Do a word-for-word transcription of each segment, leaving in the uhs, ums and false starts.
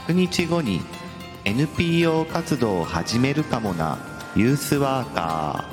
ひゃくにちごに エヌピーオー 活動を始めるかもなユースワーカ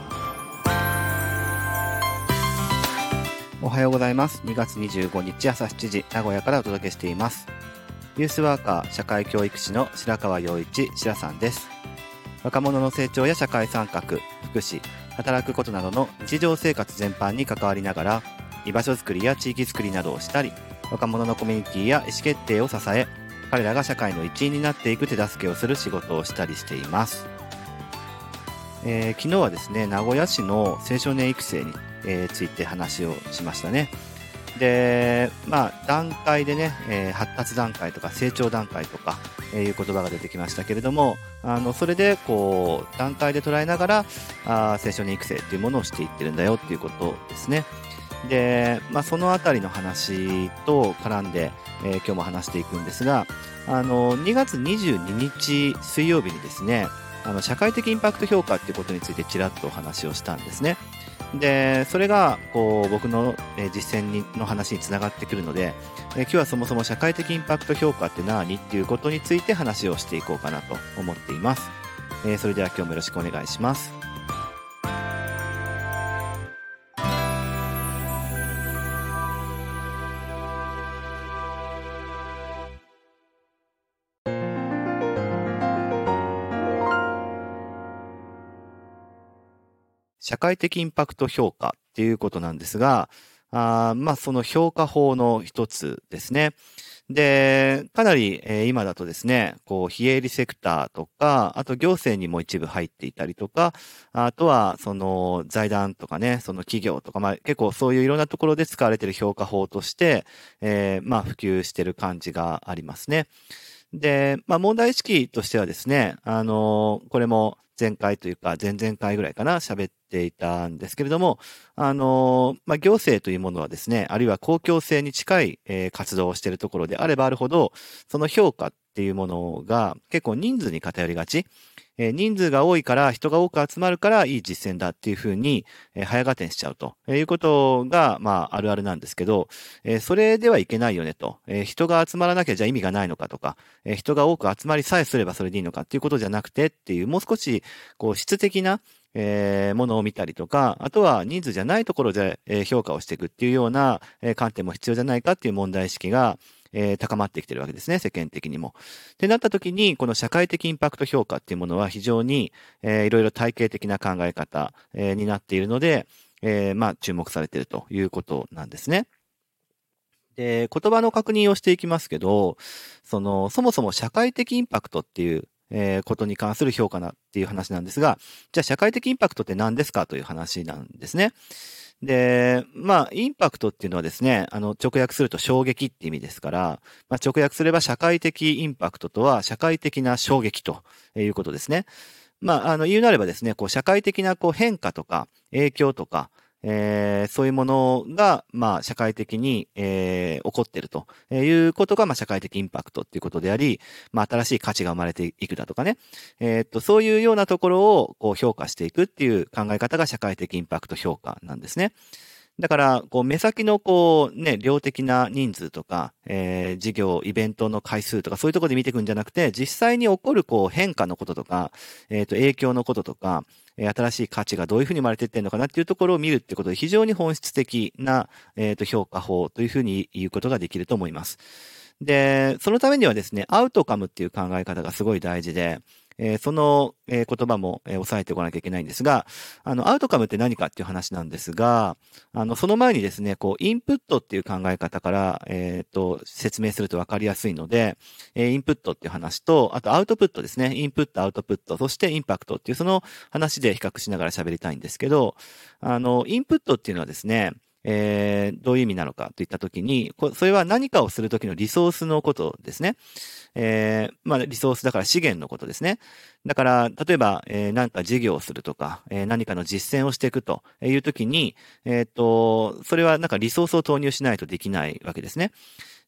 おはようございます。にがつにじゅうごにち朝しちじ、名古屋からお届けしています。ユースワーカー社会教育士の白川陽一白さんです。若者の成長や社会参画、福祉、働くことなどの日常生活全般に関わりながら、居場所づくりや地域づくりなどをしたり、若者のコミュニティや意思決定を支え、彼らが社会の一員になっていく手助けをする仕事をしたりしています。えー、昨日はですね、名古屋市の青少年育成に、えー、ついて話をしましたね。で、まあ段階でね、えー、発達段階とか成長段階とか、えー、いう言葉が出てきましたけれども、あのそれでこう段階で捉えながらあ青少年育成っていうものをしていってるんだよっていうことですね。で、まあ、そのあたりの話と絡んで、えー、今日も話していくんですが、あのにがつにじゅうににち水曜日にですね、あの社会的インパクト評価っていうことについてちらっとお話をしたんですね。で、それがこう僕の、えー、実践にの話につながってくるので、えー、今日はそもそも社会的インパクト評価って何っていうことについて話をしていこうかなと思っています。えー、それでは今日もよろしくお願いします。社会的インパクト評価っていうことなんですが、あまあその評価法の一つですね。で、かなり、えー、今だとですね、こう非営利セクターとか、あと行政にも一部入っていたりとか、あとはその財団とかね、その企業とか、まあ結構そういういろんなところで使われている評価法として、えー、まあ普及している感じがありますね。で、まあ問題意識としてはですね、あのー、これも前回というか前々回ぐらいかな、喋っていたんですけれども、あのー、まあ行政というものはですね、あるいは公共性に近い、えー、活動をしているところであればあるほど、その評価っていうものが結構人数に偏りがち。えー、人数が多いから人が多く集まるからいい実践だっていうふうに、えー、早合点しちゃうということが、まあ、あるあるなんですけど、えー、それではいけないよねと、えー、人が集まらなきゃじゃあ意味がないのかとか、えー、人が多く集まりさえすればそれでいいのかっていうことじゃなくてっていう、もう少しこう質的なえー、ものを見たりとか、あとは人数じゃないところで、えー、評価をしていくっていうような、えー、観点も必要じゃないかっていう問題意識が、えー、高まってきてるわけですね、世間的にも。ってなった時に、この社会的インパクト評価っていうものは非常に、えー、いろいろ体系的な考え方、えー、になっているので、えー、まあ注目されているということなんですね。で、言葉の確認をしていきますけど、その、そもそも社会的インパクトっていう、えー、ことに関する評価なっていう話なんですが、じゃあ社会的インパクトって何ですかという話なんですね。で、まあ、インパクトっていうのはですね、あの、直訳すると衝撃って意味ですから、まあ、直訳すれば社会的インパクトとは社会的な衝撃ということですね。まあ、あの、言うなればですね、こう、社会的なこう変化とか影響とか、えー、そういうものが、まあ、社会的に、えー、起こっているということが、まあ、社会的インパクトっていうことであり、まあ、新しい価値が生まれていくだとかね。えー、っと、そういうようなところを、こう、評価していくっていう考え方が社会的インパクト評価なんですね。だから、こう、目先の、こう、ね、量的な人数とか、えー、事業、イベントの回数とか、そういうところで見ていくんじゃなくて、実際に起こる、こう、変化のこととか、えっと、影響のこととか、新しい価値がどういうふうに生まれていってるのかなっていうところを見るってことで、非常に本質的な、えっと、評価法というふうに言うことができると思います。で、そのためにはですね、アウトカムっていう考え方がすごい大事で、えー、その、えー、言葉も、えー、押さえておかなきゃいけないんですが、あの、アウトカムって何かっていう話なんですが、あの、その前にですね、こう、インプットっていう考え方から、えっと、説明すると分かりやすいので、えー、インプットっていう話と、あとアウトプットですね。インプット、アウトプット、そしてインパクトっていうその話で比較しながら喋りたいんですけど、あの、インプットっていうのはですね、えー、どういう意味なのかといったときに、それは何かをするときのリソースのことですね。えー、まあ、リソースだから資源のことですね。だから、例えば、えー、何か事業をするとか、えー、何かの実践をしていくというときに、えっと、それはなんかリソースを投入しないとできないわけですね。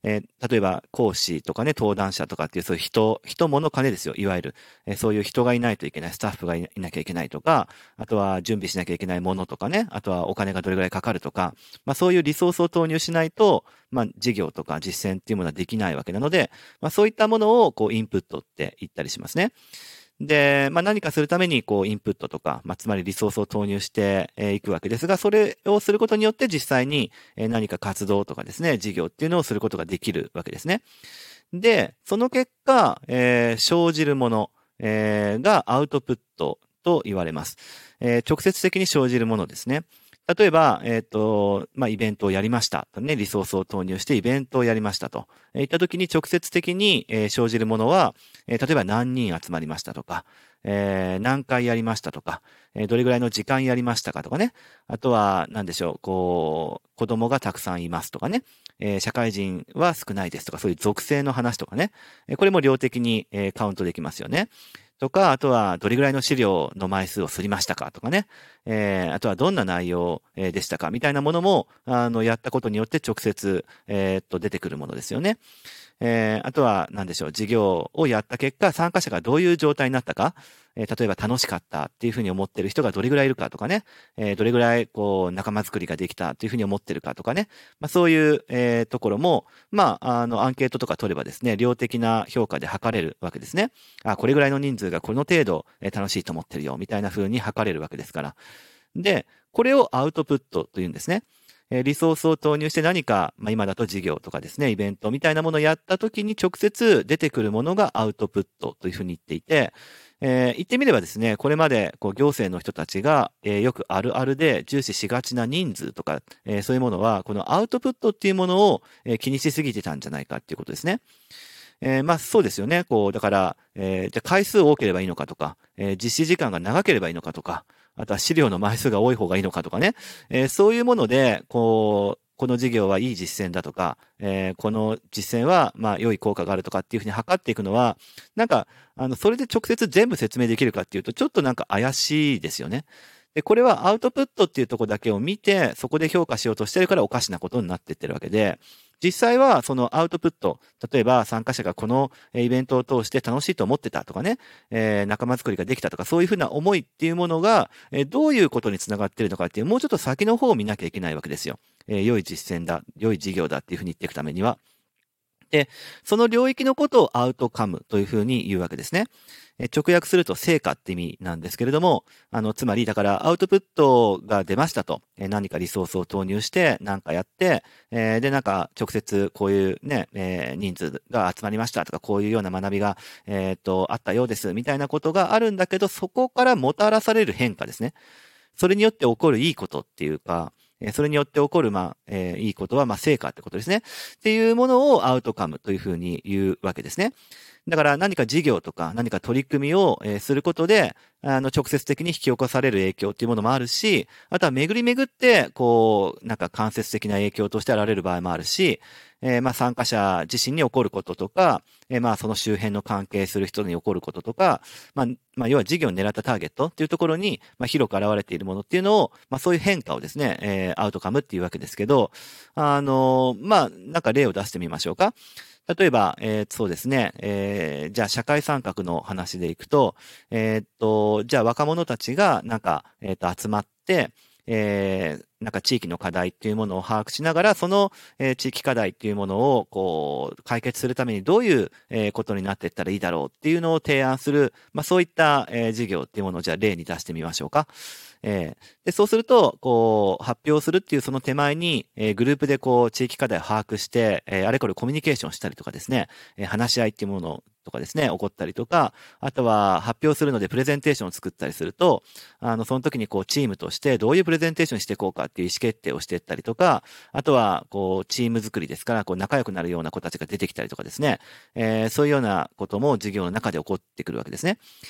えー、例えば講師とかね、登壇者とかっていうそういう人、人物金ですよ、いわゆる。えー、そういう人がいないといけない、スタッフがいなきゃいけないとか、あとは準備しなきゃいけないものとかね、あとはお金がどれぐらいかかるとか、まあそういうリソースを投入しないと、まあ事業とか実践っていうものはできないわけなので、まあそういったものをこうインプットって言ったりしますね。で、まあ、何かするために、こう、インプットとか、まあ、つまりリソースを投入してい、えー、くわけですが、それをすることによって実際に、えー、何か活動とかですね、事業っていうのをすることができるわけですね。で、その結果、えー、生じるもの、えー、がアウトプットと言われます。えー、直接的に生じるものですね。例えば、えっ、ー、と、まあ、イベントをやりましたとね、リソースを投入してイベントをやりましたと。えー、言った時に直接的に、えー、生じるものは、えー、例えば何人集まりましたとか、えー、何回やりましたとか、えー、どれぐらいの時間やりましたかとかね。あとは、何でしょう、こう、子供がたくさんいますとかね。えー、社会人は少ないですとか、そういう属性の話とかね。えー、これも量的に、えー、カウントできますよね。とか、あとはどれぐらいの資料の枚数をすりましたかとかね。えー、あとはどんな内容でしたかみたいなものも、あの、やったことによって直接、えー、っと、出てくるものですよね。えー、あとは、何でしょう、事業をやった結果、参加者がどういう状態になったか、えー、例えば楽しかったっていうふうに思ってる人がどれぐらいいるかとかね、えー、どれぐらい、こう、仲間作りができたっていうふうに思ってるかとかね、まあ、そういう、えー、ところも、まあ、あの、アンケートとか取ればですね、量的な評価で測れるわけですね。あ、これぐらいの人数がこの程度、えー、楽しいと思ってるよ、みたいなふうに測れるわけですから。で、これをアウトプットというんですね。リソースを投入して何か、まあ、今だと事業とかですね、イベントみたいなものをやった時に直接出てくるものがアウトプットというふうに言っていて、えー、言ってみればですね、これまでこう行政の人たちが、えー、よくあるあるで重視しがちな人数とか、えー、そういうものは、このアウトプットっていうものを、えー、気にしすぎてたんじゃないかっていうことですね。えー、まあそうですよね。こう、だから、えー、じゃ回数多ければいいのかとか、えー、実施時間が長ければいいのかとか、あとは資料の枚数が多い方がいいのかとかね。えー、そういうもので、こう、この事業はいい実践だとか、えー、この実践は、まあ、良い効果があるとかっていうふうに測っていくのは、なんか、あの、それで直接全部説明できるかっていうと、ちょっとなんか怪しいですよね。で、これはアウトプットっていうところだけを見て、そこで評価しようとしてるからおかしなことになっていってるわけで、実際はそのアウトプット、例えば参加者がこのイベントを通して楽しいと思ってたとかね、えー、仲間作りができたとか、そういうふうな思いっていうものが、えー、どういうことにつながっているのかっていう、もうちょっと先の方を見なきゃいけないわけですよ。えー、良い実践だ、良い事業だっていうふうに言っていくためには。で、その領域のことをアウトカムというふうに言うわけですね。直訳すると成果って意味なんですけれども、あの、つまりだからアウトプットが出ましたと、え何かリソースを投入して何かやって、えー、で、なんか直接こういうね、えー、人数が集まりましたとか、こういうような学びが、えっと、あったようですみたいなことがあるんだけど、そこからもたらされる変化ですね。それによって起こるいいことっていうか、それによって起こる、まあ、えー、いいことは、まあ、成果ってことですね。っていうものをアウトカムというふうに言うわけですね。だから何か事業とか何か取り組みをすることで、あの、直接的に引き起こされる影響っていうものもあるし、あとは巡り巡って、こう、なんか間接的な影響として現れる場合もあるし、えー、まあ参加者自身に起こることとか、えー、まあその周辺の関係する人に起こることとか、まあ、まあ要は事業に狙ったターゲットっていうところに、まあ広く現れているものっていうのを、まあそういう変化をですね、えー、アウトカムっていうわけですけど、あの、まあなんか例を出してみましょうか。例えば、えー、そうですね、えー、じゃあ社会参画の話でいくと、えー、っと、じゃあ若者たちがなんか、えー、っと集まって、えー、なんか地域の課題っていうものを把握しながら、その、えー、地域課題っていうものをこう解決するためにどういう、えー、ことになっていったらいいだろうっていうのを提案する、まあそういった、えー、事業っていうものをじゃあ例に出してみましょうか。えー、で、そうすると、こう、発表するっていうその手前に、えー、グループでこう、地域課題を把握して、えー、あれこれコミュニケーションしたりとかですね、えー、話し合いっていうものとかですね、起こったりとか、あとは発表するのでプレゼンテーションを作ったりすると、あの、その時にこう、チームとしてどういうプレゼンテーションしていこうかっていう意思決定をしていったりとか、あとは、こう、チーム作りですから、こう、仲良くなるような子たちが出てきたりとかですね、えー、そういうようなことも授業の中で起こってくるわけですね。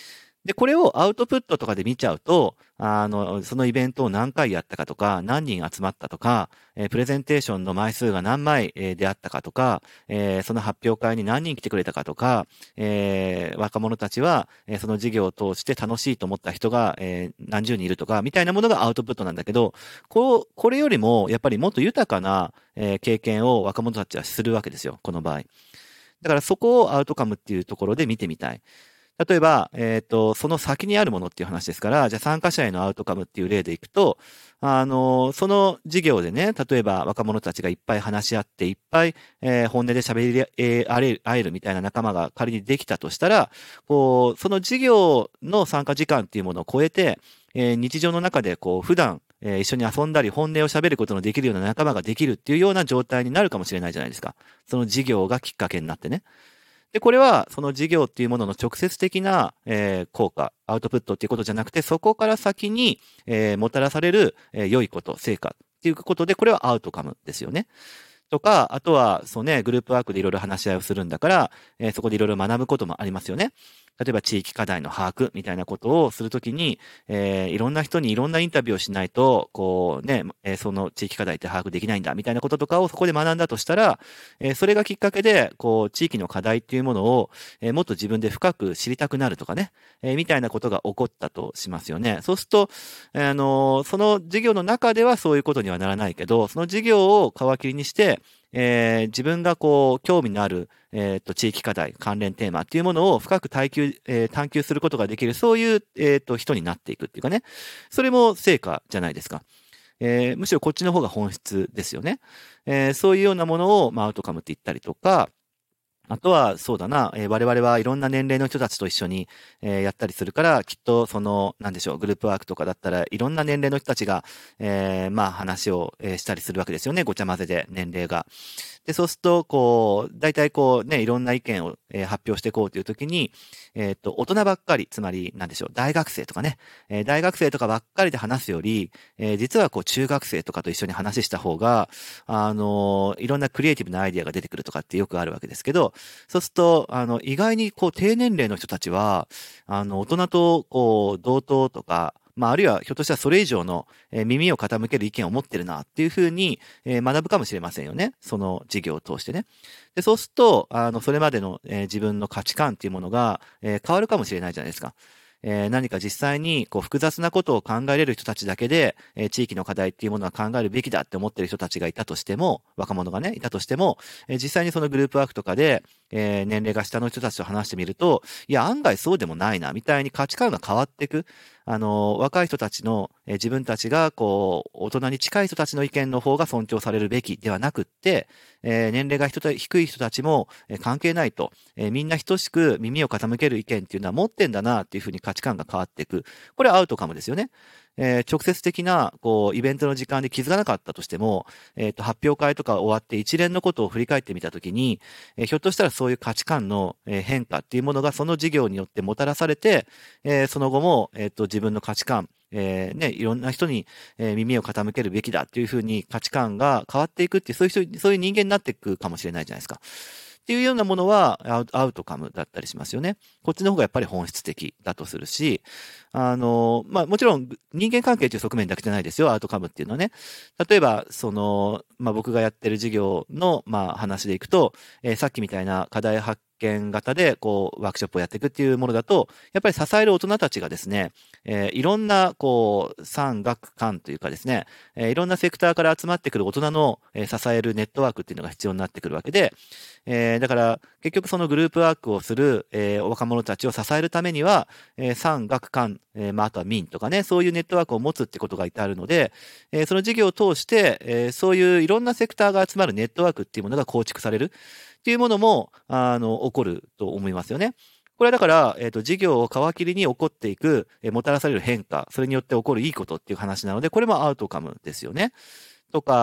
で、これをアウトプットとかで見ちゃうと、あの、そのイベントを何回やったかとか、何人集まったとか、えープレゼンテーションの枚数が何枚、えーであったかとか、えーその発表会に何人来てくれたかとか、えー若者たちは、えーその授業を通して楽しいと思った人が、えー何十人いるとか、みたいなものがアウトプットなんだけど、こう、これよりも、やっぱりもっと豊かな、えー経験を若者たちはするわけですよ、この場合。だからそこをアウトカムっていうところで見てみたい。例えば、えっと、その先にあるものっていう話ですから、じゃあ参加者へのアウトカムっていう例でいくと、あの、その授業でね、例えば若者たちがいっぱい話し合って、いっぱい、えー本音で喋り、えー、あれ、会えるみたいな仲間が仮にできたとしたら、こう、その授業の参加時間っていうものを超えて、えー日常の中でこう、普段、えー一緒に遊んだり本音を喋ることのできるような仲間ができるっていうような状態になるかもしれないじゃないですか。その授業がきっかけになってね。で、これは、その事業っていうものの直接的な、えー効果、アウトプットっていうことじゃなくて、そこから先に、えーもたらされる、えー良いこと、成果っていうことで、これはアウトカムですよね。とか、あとは、そうね、グループワークでいろいろ話し合いをするんだから、えーそこでいろいろ学ぶこともありますよね。例えば地域課題の把握みたいなことをするときに、えーいろんな人にいろんなインタビューをしないと、こうね、えーその地域課題って把握できないんだみたいなこととかをそこで学んだとしたら、えーそれがきっかけで、こう、地域の課題っていうものを、えーもっと自分で深く知りたくなるとかね、えーみたいなことが起こったとしますよね。そうすると、えーあのーその授業の中ではそういうことにはならないけど、その授業を皮切りにして、えー自分がこう、興味のある、えっと、地域課題、関連テーマっていうものを深く探求、えー探求することができる、そういう、えっと、人になっていくっていうかね。それも成果じゃないですか。えーむしろこっちの方が本質ですよね。えーそういうようなものを、まあ、アウトカムって言ったりとか、あとは、そうだな、えー我々はいろんな年齢の人たちと一緒に、えーやったりするから、きっと、その、なんでしょう、グループワークとかだったらいろんな年齢の人たちが、えーまあ、話を、えーしたりするわけですよね。ごちゃ混ぜで、年齢が。で、そうすると、こう、大体こうね、いろんな意見を、えー発表していこうというときに、えっと、大人ばっかり、つまり、なんでしょう、大学生とかね、えー大学生とかばっかりで話すより、えー実はこう、中学生とかと一緒に話した方が、あの、いろんなクリエイティブなアイディアが出てくるとかってよくあるわけですけど、そうすると、あの、意外にこう、低年齢の人たちは、あの、大人とこう、同等とか、まあ、あるいはひょっとしたらそれ以上の、えー耳を傾ける意見を持ってるなっていうふうに、えー学ぶかもしれませんよね。その授業を通してね。で、そうすると、あの、それまでの、えー自分の価値観っていうものが、えー変わるかもしれないじゃないですか。えー何か実際にこう複雑なことを考えれる人たちだけで、えー地域の課題っていうものは考えるべきだって思ってる人たちがいたとしても、若者がね、いたとしても、えー実際にそのグループワークとかで、えー年齢が下の人たちと話してみると、いや、案外そうでもないな、みたいに価値観が変わっていく。あの、若い人たちの、えー自分たちが、こう、大人に近い人たちの意見の方が尊重されるべきではなくって、えー年齢が人た低い人たちも、えー関係ないと、えーみんな等しく耳を傾ける意見っていうのは持ってんだなっていうふうに価値観が変わっていく。これはアウトカムですよね。えー直接的な、こう、イベントの時間で気づかなかったとしても、えっと、発表会とか終わって一連のことを振り返ってみたときに、えーひょっとしたらそういう価値観のえー変化っていうものがその事業によってもたらされて、えーその後も、えっと、自分の価値観、えーね、いろんな人に、えー耳を傾けるべきだっていうふうに価値観が変わっていくっていう、そういう人、そういう人間になっていくかもしれないじゃないですか。っていうようなものはアウアウトカムだったりしますよね。こっちの方がやっぱり本質的だとするし、あの、まあ、もちろん人間関係という側面だけじゃないですよ、アウトカムっていうのはね。例えば、その、まあ、僕がやってる事業の、まあ、話でいくと、えーさっきみたいな課題発見型で、こう、ワークショップをやっていくっていうものだと、やっぱり支える大人たちがですね、えーいろんな、こう、産学官というかですね、えーいろんなセクターから集まってくる大人の、えー支えるネットワークっていうのが必要になってくるわけで、えーだから、結局そのグループワークをする、えー若者たちを支えるためには、えー産学官、えーまあ、あとは民とかね、そういうネットワークを持つってことが至るので、えーその事業を通して、えーそういういろんなセクターが集まるネットワークっていうものが構築されるっていうものも、あの、起こると思いますよね。これはだから、えっと、事業を皮切りに起こっていく、えーもたらされる変化、それによって起こるいいことっていう話なので、これもアウトカムですよね。とか、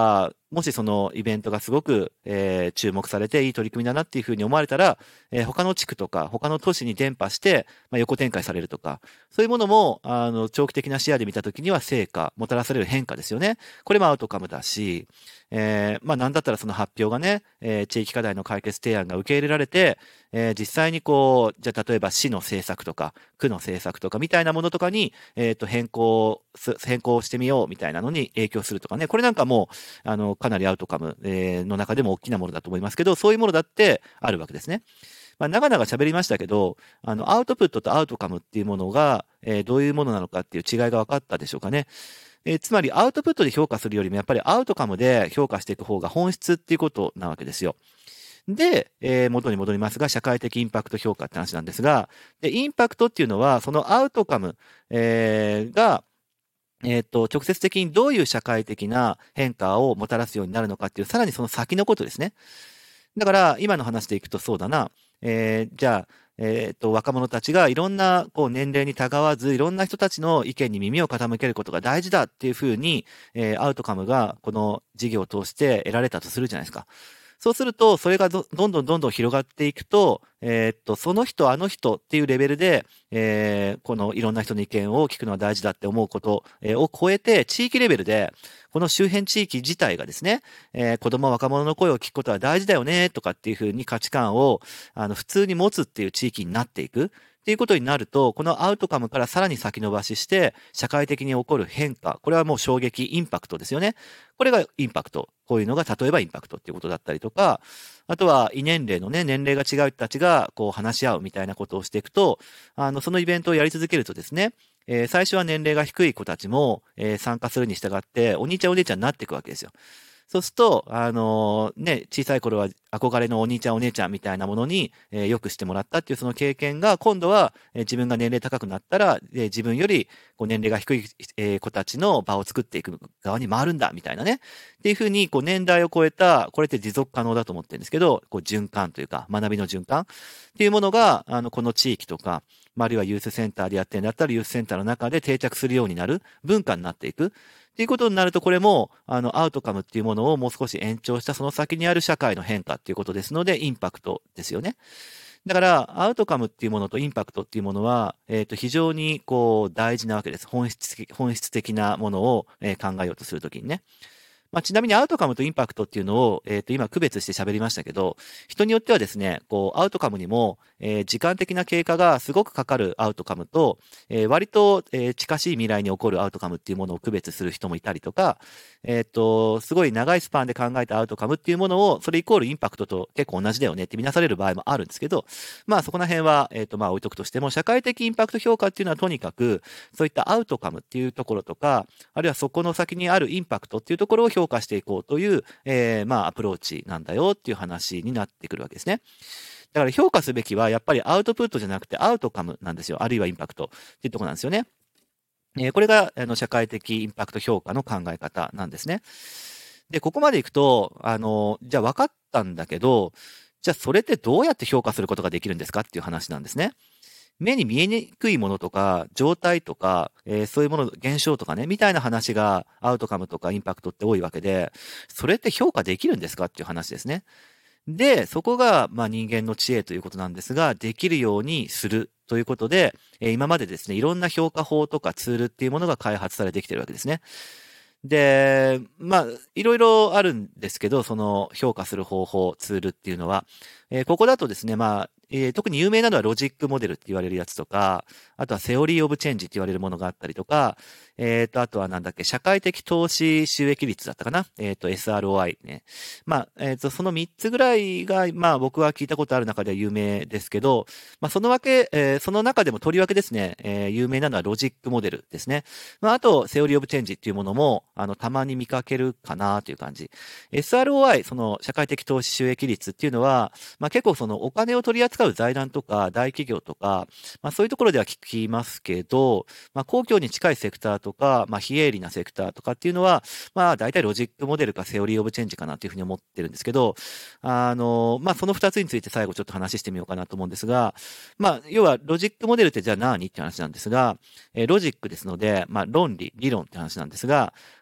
もしそのイベントがすごく、えー注目されていい取り組みだなっていうふうに思われたら、えー他の地区とか他の都市に伝播して、まあ、横展開されるとか、そういうものも、あの、長期的な視野で見たときには成果、もたらされる変化ですよね。これもアウトカムだし、えーまあ、なんだったらその発表がね、えー地域課題の解決提案が受け入れられて、えー実際にこう、じゃあ例えば市の政策とか、区の政策とかみたいなものとかに、えっと、変更す、変更してみようみたいなのに影響するとかね。これなんかもう、あの、かなりアウトカム、えーの中でも大きなものだと思いますけど、そういうものだってあるわけですね。まあ、長々喋りましたけど、あの、アウトプットとアウトカムっていうものが、えーどういうものなのかっていう違いが分かったでしょうかね。えーつまり、アウトプットで評価するよりも、やっぱりアウトカムで評価していく方が本質っていうことなわけですよ。で、えー元に戻りますが、社会的インパクト評価って話なんですが、で、インパクトっていうのは、そのアウトカム、えーが、えっと、直接的にどういう社会的な変化をもたらすようになるのかっていう、さらにその先のことですね。だから、今の話でいくとそうだな。えーじゃあ、えっと、若者たちがいろんな、こう、年齢にたがわず、いろんな人たちの意見に耳を傾けることが大事だっていうふうに、えーアウトカムが、この事業を通して得られたとするじゃないですか。そうすると、それがどどんどんどんどん広がっていくと、えーっと、その人、あの人っていうレベルで、えーこのいろんな人の意見を聞くのは大事だって思うこと、えーを超えて、地域レベルで、この周辺地域自体がですね、えー子供、若者の声を聞くことは大事だよね、とかっていうふうに価値観を、あの、普通に持つっていう地域になっていく。っていうことになると、このアウトカムからさらに先延ばしして、社会的に起こる変化。これはもう衝撃、インパクトですよね。これがインパクト。こういうのが例えばインパクトっていうことだったりとか、あとは、異年齢のね、年齢が違う人たちが、こう、話し合うみたいなことをしていくと、あの、そのイベントをやり続けるとですね、えー最初は年齢が低い子たちも、えー参加するに従って、お兄ちゃんお姉ちゃんになっていくわけですよ。そうすると、あのね、小さい頃は憧れのお兄ちゃんお姉ちゃんみたいなものに、えーよくしてもらったっていうその経験が、今度は、えー自分が年齢高くなったら、えー自分よりこう年齢が低い、えー子たちの場を作っていく側に回るんだ、みたいなね。っていうふうに、こう年代を超えた、これって持続可能だと思ってるんですけど、こう循環というか、学びの循環っていうものが、あの、この地域とか、まああるいはユースセンターでやってるんだったら、ユースセンターの中で定着するようになる文化になっていく。っていうことになると、これも、あの、アウトカムっていうものをもう少し延長したその先にある社会の変化っていうことですので、インパクトですよね。だから、アウトカムっていうものとインパクトっていうものは、えっと、非常に、こう、大事なわけです。本質的、本質的なものを、えー考えようとするときにね。まあ、ちなみにアウトカムとインパクトっていうのを、えっと、今区別して喋りましたけど、人によってはですね、こう、アウトカムにも、えー時間的な経過がすごくかかるアウトカムと、えー割と、えー近しい未来に起こるアウトカムっていうものを区別する人もいたりとか、えっと、すごい長いスパンで考えたアウトカムっていうものを、それイコールインパクトと結構同じだよねって見なされる場合もあるんですけど、まあそこら辺は、えっと、まあ置いとくとしても、社会的インパクト評価っていうのはとにかく、そういったアウトカムっていうところとか、あるいはそこの先にあるインパクトっていうところを評価していこうという、えー、まあアプローチなんだよっていう話になってくるわけですね。だから評価すべきはやっぱりアウトプットじゃなくてアウトカムなんですよ。あるいはインパクトっていうところなんですよね。えーこれがあの社会的インパクト評価の考え方なんですね。で、ここまでいくと、あの、じゃあ分かったんだけど、じゃあそれってどうやって評価することができるんですかっていう話なんですね。目に見えにくいものとか、状態とか、えーそういうもの、現象とかね、みたいな話がアウトカムとかインパクトって多いわけで、それって評価できるんですかっていう話ですね。で、そこが、まあ人間の知恵ということなんですが、できるようにするということで、えー今までですね、いろんな評価法とかツールっていうものが開発されてきてるわけですね。で、まあ、いろいろあるんですけど、その評価する方法、ツールっていうのは、えーここだとですね、まあ、えー特に有名なのはロジックモデルって言われるやつとか、あとはセオリーオブチェンジって言われるものがあったりとか、えっと、あとはなんだっけ、社会的投資収益率だったかな。えっと、エスアールオーアイ ね。まあ、えっと、そのみっつぐらいが、まあ僕は聞いたことある中では有名ですけど、まあそのわけ、えーその中でもとりわけですね、えー有名なのはロジックモデルですね。まああと、セオリーオブチェンジっていうものも、あの、たまに見かけるかなという感じ。エスアールオーアイ、その社会的投資収益率っていうのは、まあ結構そのお金を取り扱う財団とか大企業とか、まあそういうところでは聞きますけど、まあ公共に近いセクターとか、まあ非営利なセクターとかっていうのは、まあ大体ロジックモデルかセオリーオブチェンジかなというふうに思ってるんですけど、あの、まあその二つについて最後ちょっと話してみようかなと思うんですが、まあ要はロジックモデルってじゃあ何って話なんですが、えーロジックですので、まあ論理、理論って話なんですが、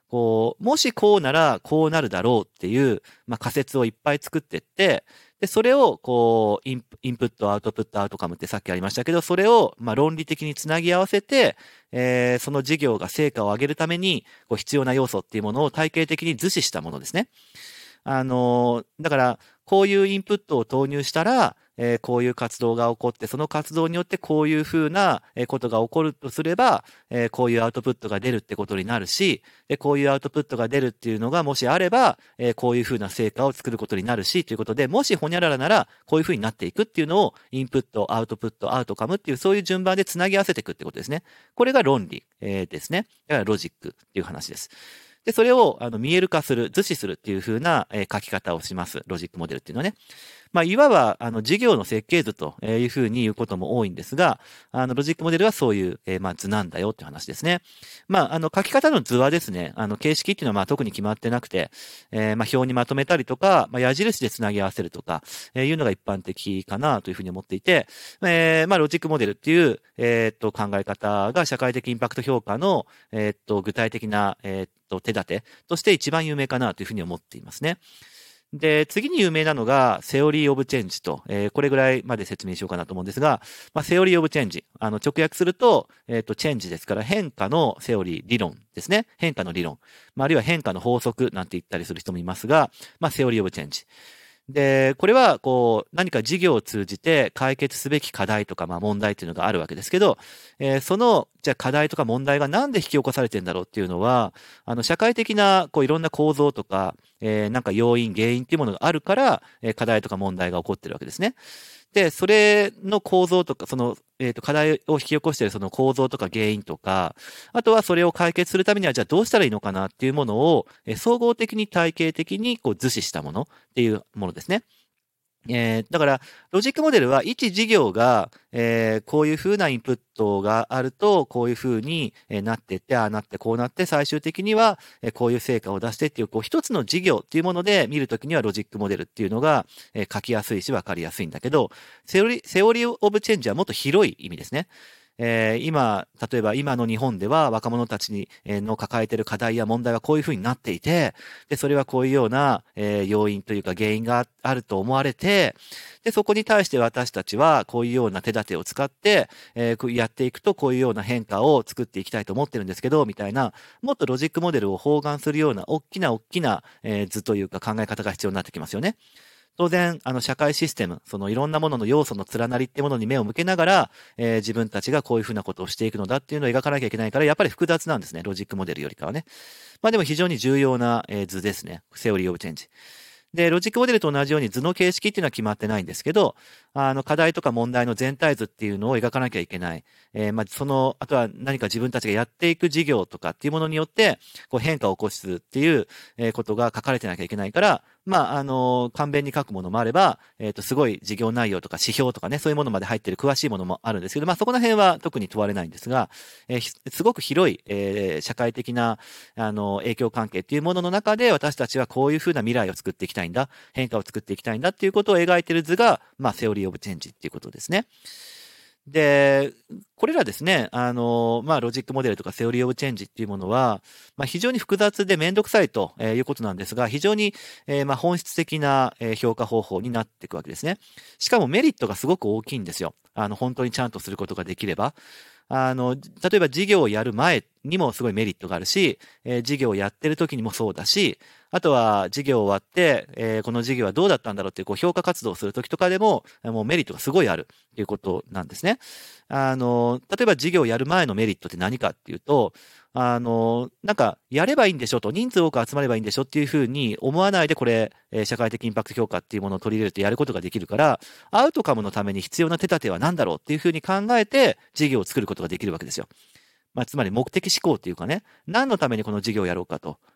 こう、もしこうならこうなるだろうっていう、まあ、仮説をいっぱい作っていって、で、それを、こう、インプ、インプット、アウトプット、アウトカムってさっきありましたけど、それを、まあ、論理的につなぎ合わせて、えー、その事業が成果を上げるために、こう、必要な要素っていうものを体系的に図示したものですね。あの、だから、こういうインプットを投入したら、えーこういう活動が起こって、その活動によってこういうふうなことが起こるとすれば、えーこういうアウトプットが出るってことになるし、で、こういうアウトプットが出るっていうのがもしあれば、えーこういうふうな成果を作ることになるし、ということで、もしホニャララなら、こういうふうになっていくっていうのを、インプット、アウトプット、アウトカムっていう、そういう順番でつなぎ合わせていくってことですね。これが論理、えーですね。だからロジックっていう話です。で、それをあの見える化する、図示するっていう風な、えー書き方をします。ロジックモデルっていうのはね。まあ、いわば、あの、事業の設計図というふうに言うことも多いんですが、あの、ロジックモデルはそういう、えーまあ、図なんだよっていう話ですね。まあ、あの、書き方の図はですね、あの、形式っていうのはまあ、特に決まってなくて、えーまあ、表にまとめたりとか、まあ、矢印でつなぎ合わせるとか、えーいうのが一般的かなというふうに思っていて、えーまあ、ロジックモデルっていう、えーっと、考え方が社会的インパクト評価の、えーっと、具体的な、えーっと、手立てとして一番有名かなというふうに思っていますね。で、次に有名なのが、セオリー・オブ・チェンジと、えーこれぐらいまで説明しようかなと思うんですが、まあ、セオリー・オブ・チェンジ。あの、直訳すると、えっと、チェンジですから、変化のセオリー、理論ですね。変化の理論。まあ、あるいは変化の法則なんて言ったりする人もいますが、まあ、セオリー・オブ・チェンジ。で、これは、こう、何か事業を通じて解決すべき課題とか、まあ問題っていうのがあるわけですけど、えーその、じゃあ課題とか問題がなんで引き起こされてんだろうっていうのは、あの、社会的な、こう、いろんな構造とか、えーなんか要因、原因っていうものがあるから、えー課題とか問題が起こってるわけですね。で、それの構造とか、その、えっと、課題を引き起こしているその構造とか原因とか、あとはそれを解決するためには、じゃあどうしたらいいのかなっていうものを、えー総合的に体系的にこう図示したものっていうものですね。えーだから、ロジックモデルは一事業が、えーこういうふうなインプットがあると、こういうふうにえーなっていって、ああなって、こうなって、最終的にはえーこういう成果を出してっていう、こう一つの事業っていうもので見るときにはロジックモデルっていうのがえー書きやすいし分かりやすいんだけど、セオリー、セオリーオブチェンジはもっと広い意味ですね。えー今、例えば今の日本では若者たちに、えーの抱えている課題や問題はこういうふうになっていて、で、それはこういうような、えー要因というか原因があると思われて、で、そこに対して私たちはこういうような手立てを使って、えーこうやっていくとこういうような変化を作っていきたいと思ってるんですけど、みたいな、もっとロジックモデルを包含するような大きな大きな、えー図というか考え方が必要になってきますよね。当然、あの、社会システム、そのいろんなものの要素の連なりってものに目を向けながら、えー自分たちがこういうふうなことをしていくのだっていうのを描かなきゃいけないから、やっぱり複雑なんですね。ロジックモデルよりかはね。まあでも非常に重要な、えー図ですね。セオリーオブチェンジ。で、ロジックモデルと同じように図の形式っていうのは決まってないんですけど、あの、課題とか問題の全体図っていうのを描かなきゃいけない。えーまあ、その、あとは何か自分たちがやっていく事業とかっていうものによって、こう変化を起こすっていう、えーことが書かれてなきゃいけないから、まあ、あの、簡便に書くものもあれば、えっと、すごい事業内容とか指標とかね、そういうものまで入ってる詳しいものもあるんですけど、まあ、そこら辺は特に問われないんですが、えーひすごく広い、えー社会的な、あの、影響関係っていうものの中で、私たちはこういうふうな未来を作っていきたいんだ、変化を作っていきたいんだっていうことを描いている図が、まあ、セオリーオブチェンジっていうことですね。で、これらですね、あの、まあ、ロジックモデルとかセオリーオブチェンジっていうものは、まあ、非常に複雑でめんどくさいということなんですが、非常に、えーまあ、本質的なえー評価方法になっていくわけですね。しかもメリットがすごく大きいんですよ。あの、本当にちゃんとすることができれば。あの、例えば事業をやる前にもすごいメリットがあるし、えー事業をやってる時にもそうだし、あとは事業終わって、えーこの事業はどうだったんだろうっていうこう評価活動をする時とかでも、もうメリットがすごいあるっていうことなんですね。あの、例えば事業をやる前のメリットって何かっていうと、あの、なんか、やればいいんでしょと、人数多く集まればいいんでしょっていうふうに思わないで、これ、えー社会的インパクト評価っていうものを取り入れるとやることができるから、アウトカムのために必要な手立ては何だろうっていうふうに考えて、事業を作ることができるわけですよ。まあ、つまり目的思考っていうかね、何のためにこの事業をやろうかと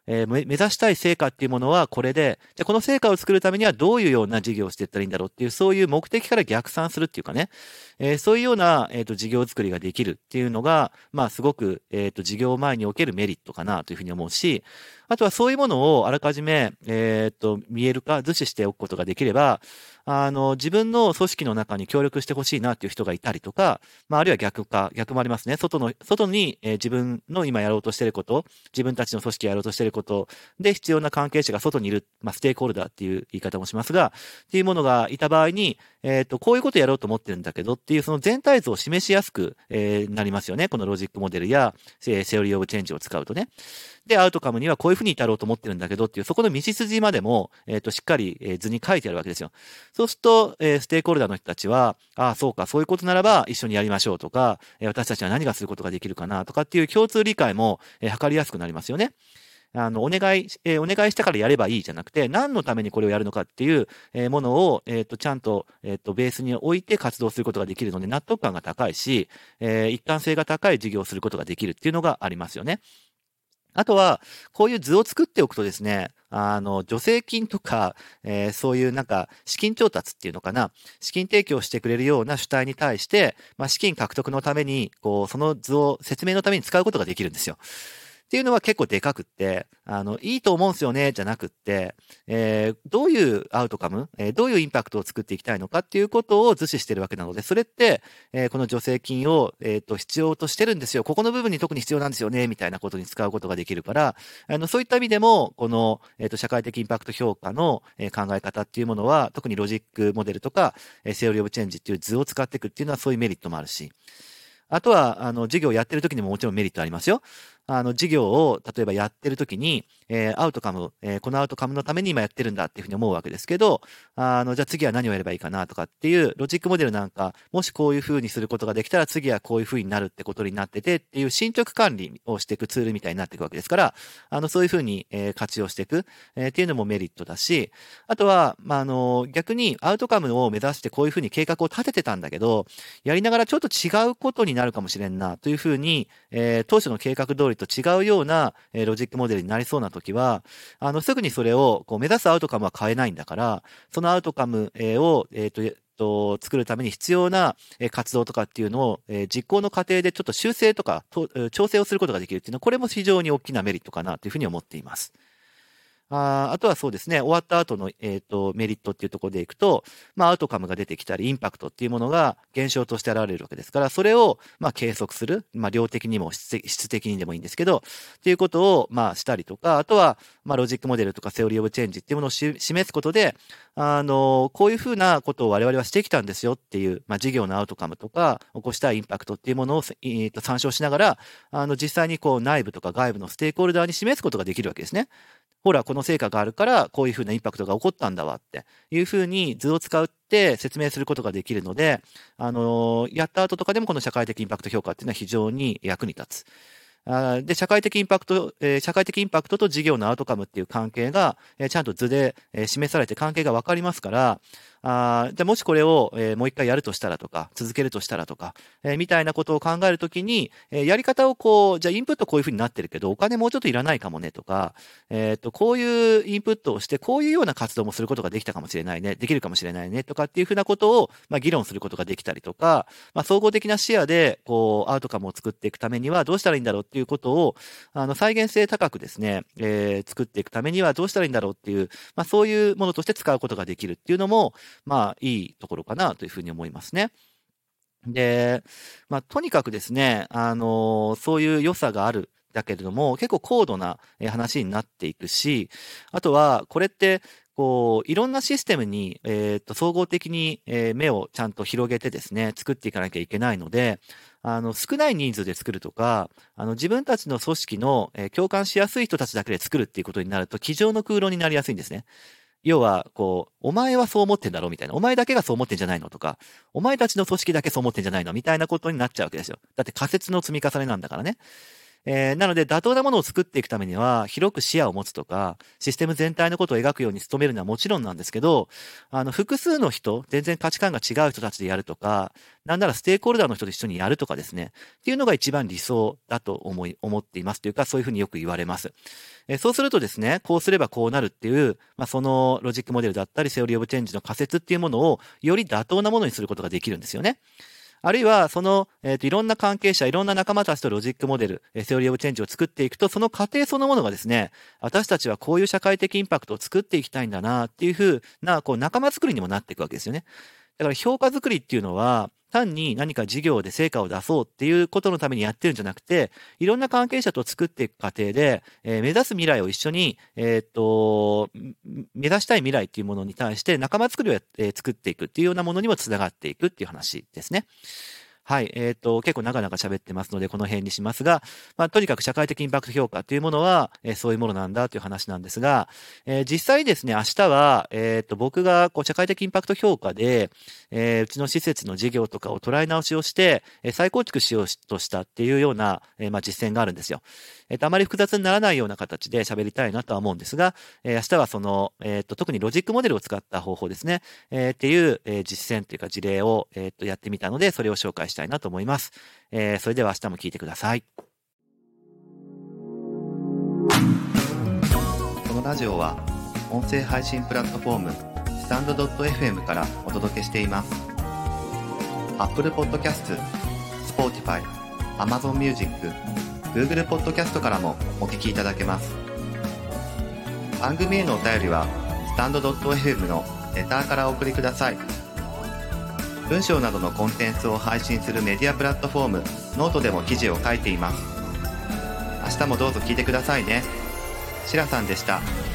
えー目目指したい成果っていうものはこれで、じゃあこの成果を作るためにはどういうような事業をしていったらいいんだろうっていう、そういう目的から逆算するっていうかね、えーそういうような、えっと、事業作りができるっていうのが、まあ、すごく、えっと、事業前におけるメリットかなというふうに思うし、あとはそういうものをあらかじめ、えっと、見える化、図示しておくことができれば、あの、自分の組織の中に協力してほしいなっていう人がいたりとか、まあ、あるいは逆か、逆もありますね。外の、外に、えー自分の今やろうとしていること、自分たちの組織がやろうとしていることで必要な関係者が外にいる、まあ、ステークホルダーっていう言い方もしますが、っていうものがいた場合に、えっと、こういうことやろうと思ってるんだけどっていう、その全体像を示しやすく、えーなりますよね。このロジックモデルや、えーセオリーオブチェンジを使うとね。で、アウトカムにはこういうふうに至ろうと思ってるんだけどっていう、そこの道筋までも、えっと、しっかり、えー図に書いてあるわけですよ。そうすると、えーステークホルダーの人たちは、ああ、そうか、そういうことならば一緒にやりましょうとか、えー私たちは何がすることができるかなとかっていう共通理解も、えー図りやすくなりますよね。あの、お願い、えーお願いしたからやればいいじゃなくて、何のためにこれをやるのかっていう、えーものを、えっと、ちゃんと、えっと、ベースに置いて活動することができるので、納得感が高いし、えー一貫性が高い事業をすることができるっていうのがありますよね。あとは、こういう図を作っておくとですね、あの、助成金とか、えーそういうなんか、資金調達っていうのかな、資金提供してくれるような主体に対して、まあ、資金獲得のために、こう、その図を説明のために使うことができるんですよ。っていうのは結構でかくって、あの、いいと思うんすよね、じゃなくって、えーどういうアウトカム、えーどういうインパクトを作っていきたいのかっていうことを図示してるわけなので、それって、えーこの助成金を、えっと、必要としてるんですよ。ここの部分に特に必要なんですよね、みたいなことに使うことができるから、あの、そういった意味でも、この、えっと、社会的インパクト評価の、えー考え方っていうものは、特にロジックモデルとか、えーセオリーオブチェンジっていう図を使っていくっていうのはそういうメリットもあるし、あとは、あの、授業をやってる時にももちろんメリットありますよ。あの、授業を、例えばやってる時に、えーアウトカム、えーこのアウトカムのために今やってるんだっていうふうに思うわけですけど、あの、じゃあ次は何をやればいいかなとかっていうロジックモデルなんか、もしこういうふうにすることができたら次はこういうふうになるってことになっててっていう進捗管理をしていくツールみたいになっていくわけですから、あの、そういうふうに、えー活用していく、えーっていうのもメリットだし、あとは、まあ、あの、逆にアウトカムを目指してこういうふうに計画を立ててたんだけど、やりながらちょっと違うことになるかもしれんなというふうに、えー当初の計画通りと違うような、えーロジックモデルになりそうなときは、あの、すぐにそれをこう目指すアウトカムは変えないんだから、そのアウトカムえーを、えっと、えっと作るために必要なえー活動とかっていうのを、えー実行の過程でちょっと修正とかとえー調整をすることができるっていうのは、これも非常に大きなメリットかなというふうに思っています。あーあとはそうですね、終わった後の、えっと、メリットっていうところでいくと、まあ、アウトカムが出てきたり、インパクトっていうものが現象として現れるわけですから、それを、まあ、計測する。まあ、量的にも質的質的にでもいいんですけど、っていうことを、まあ、したりとか、あとは、まあ、ロジックモデルとかセオリーオブチェンジっていうものをし示すことで、あの、こういうふうなことを我々はしてきたんですよっていう、まあ、事業のアウトカムとか、起こしたインパクトっていうものを、えーと参照しながら、あの、実際にこう、内部とか外部のステークホルダーに示すことができるわけですね。ほら、この成果があるから、こういうふうなインパクトが起こったんだわっていうふうに図を使って説明することができるので、あのやった後とかでもこの社会的インパクト評価っていうのは非常に役に立つ。あーで、社会的インパクト、えー社会的インパクトと事業のアウトカムっていう関係が、えーちゃんと図で、えー示されて関係がわかりますから、あーじゃあもしこれを、えーもう一回やるとしたらとか、続けるとしたらとか、えーみたいなことを考えるときに、えーやり方をこう、じゃあインプットこういうふうになってるけど、お金もうちょっといらないかもねとか、えっと、こういうインプットをして、こういうような活動もすることができたかもしれないね、できるかもしれないねとかっていうふうなことを、まあ、議論することができたりとか、まあ、総合的な視野で、こう、アウトカムを作っていくためにはどうしたらいいんだろうっていうことを、あの、再現性高くですね、えー作っていくためにはどうしたらいいんだろうっていう、まあ、そういうものとして使うことができるっていうのも、まあ、いいところかなというふうに思いますね。で、まあ、とにかくですね、あのそういう良さがある。だけれども、結構高度なえー話になっていくし、あとは、これって、こう、いろんなシステムに、えっと、総合的に、えー目をちゃんと広げてですね、作っていかなきゃいけないので、あの、少ない人数で作るとか、あの、自分たちの組織の、えー共感しやすい人たちだけで作るっていうことになると、机上の空論になりやすいんですね。要は、こう、お前はそう思ってんだろみたいな。お前だけがそう思ってんじゃないのとか、お前たちの組織だけそう思ってんじゃないのみたいなことになっちゃうわけですよ。だって仮説の積み重ねなんだからね。 えー、なので妥当なものを作っていくためには広く視野を持つとかシステム全体のことを描くように努めるのはもちろんなんですけど、あの複数の人、全然価値観が違う人たちでやるとか、なんならステークホルダーの人と一緒にやるとかですね、っていうのが一番理想だと思い思っていますというか、そういうふうによく言われます。えー、そうするとですね、こうすればこうなるっていう、まあ、そのロジックモデルだったりセオリーオブチェンジの仮説っていうものをより妥当なものにすることができるんですよね。あるいは、その、えっと、いろんな関係者、いろんな仲間たちとロジックモデル、セオリーオブチェンジを作っていくと、その過程そのものがですね、私たちはこういう社会的インパクトを作っていきたいんだな、っていうふうな、こう、仲間作りにもなっていくわけですよね。だから評価作りっていうのは、単に何か事業で成果を出そうっていうことのためにやってるんじゃなくて、いろんな関係者と作っていく過程で、えー、目指す未来を一緒に、えー、っと、目指したい未来っていうものに対して仲間作りを、えー、作っていくっていうようなものにもつながっていくっていう話ですね。はい。えっと、結構長々喋ってますので、この辺にしますが、まあ、とにかく社会的インパクト評価というものは、えー、そういうものなんだという話なんですが、えー、実際ですね、明日は、えっと、僕がこう社会的インパクト評価で、えー、うちの施設の事業とかを捉え直しをして、えー、再構築しようとしたっていうような、えー、まあ、実践があるんですよ。えっと、あまり複雑にならないような形で喋りたいなとは思うんですが、えー、明日はその、えっと、特にロジックモデルを使った方法ですね、えー、っていう、えー、実践というか事例を、えっと、やってみたので、それを紹介したいなと思います。えー、それでは明日も聞いてください。 このラジオは音声配信プラットフォームスタンド ドットエフエム からお届けしています。 Apple Podcast、Spotify、Amazon Music、Google Podcast からもお聞きいただけます。番組へのお便りはスタンド ドットエフエム のレターからお送りください。文章などのコンテンツを配信するメディアプラットフォームノートでも記事を書いています。明日もどうぞ聞いてくださいね。しらさんでした。